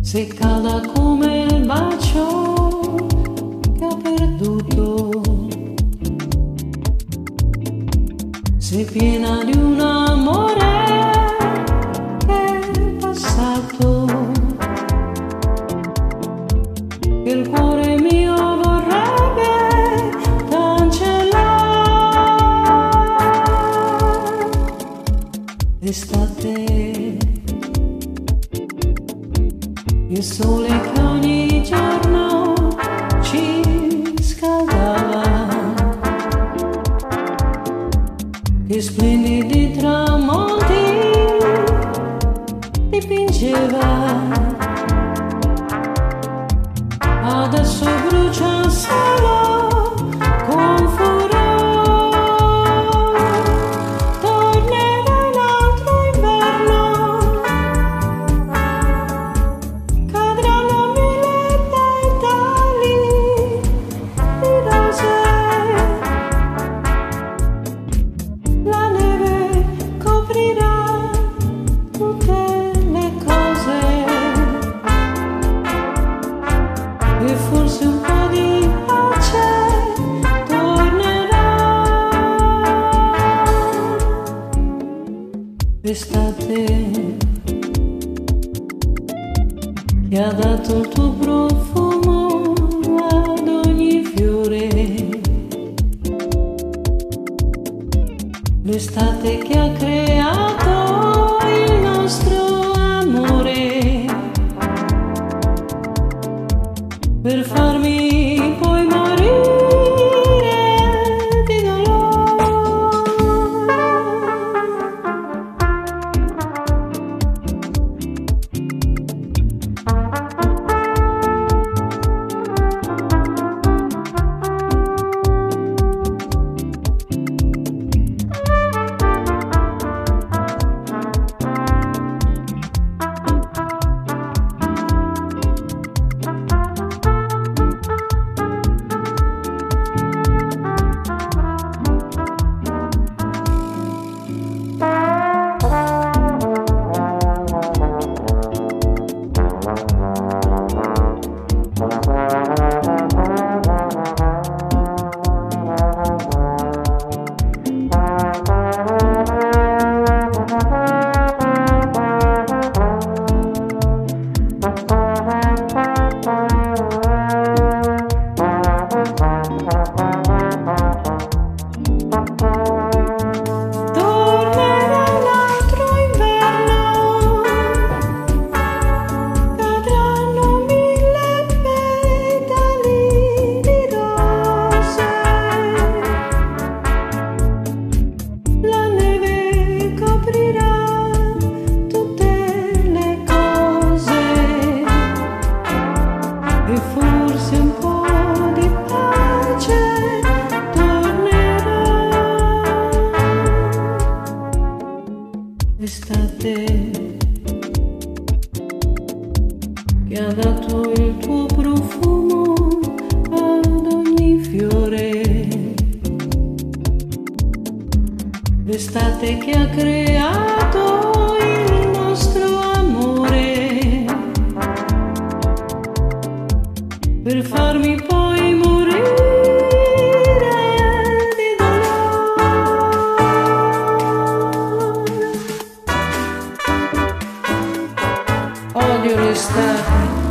sei calda come il bacio che ho perduto, sei piena di un amore che è passato, che il cuore mio vorrebbe cancellare. Estate, il sole che ogni giorno ci scaldava, che splendidi tramonti dipingeva, adesso brucia solo con furore. Tornerà l'altro inverno, cadranno mille petali di rose, la neve coprirà tutte le cose e forse un po' di pace tornerà. L'estate che ha dato il tuo profumo ad ogni fiore, l'estate che ha creato il nostro amore, per farmi poi morire di dolore. E forse un po' di pace tornerà. L'estate che ha dato il tuo profumo ad ogni fiore, l'estate che ha creato il nostro amore, per farmi poi morire di dolore. Odio l'estate.